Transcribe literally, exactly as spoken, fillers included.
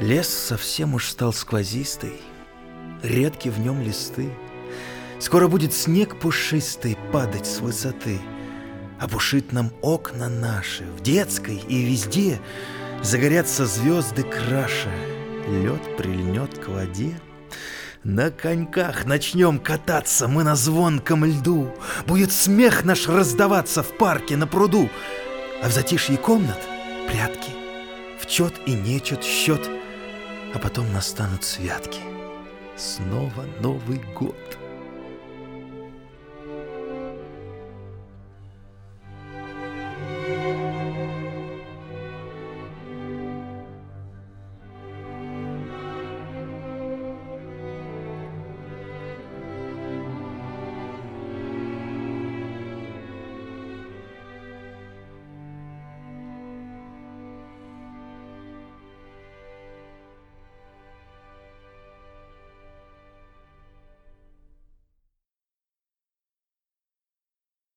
Лес совсем уж стал сквозистый, редки в нем листы. Скоро будет снег пушистый падать с высоты. Обушит нам окна наши, в детской и везде загорятся звезды краше. Лед прильнет к воде. На коньках начнем кататься мы на звонком льду. Будет смех наш раздаваться в парке на пруду. А в затишье комнат прятки, в чет и нечет счет. А потом настанут святки. Снова Новый год.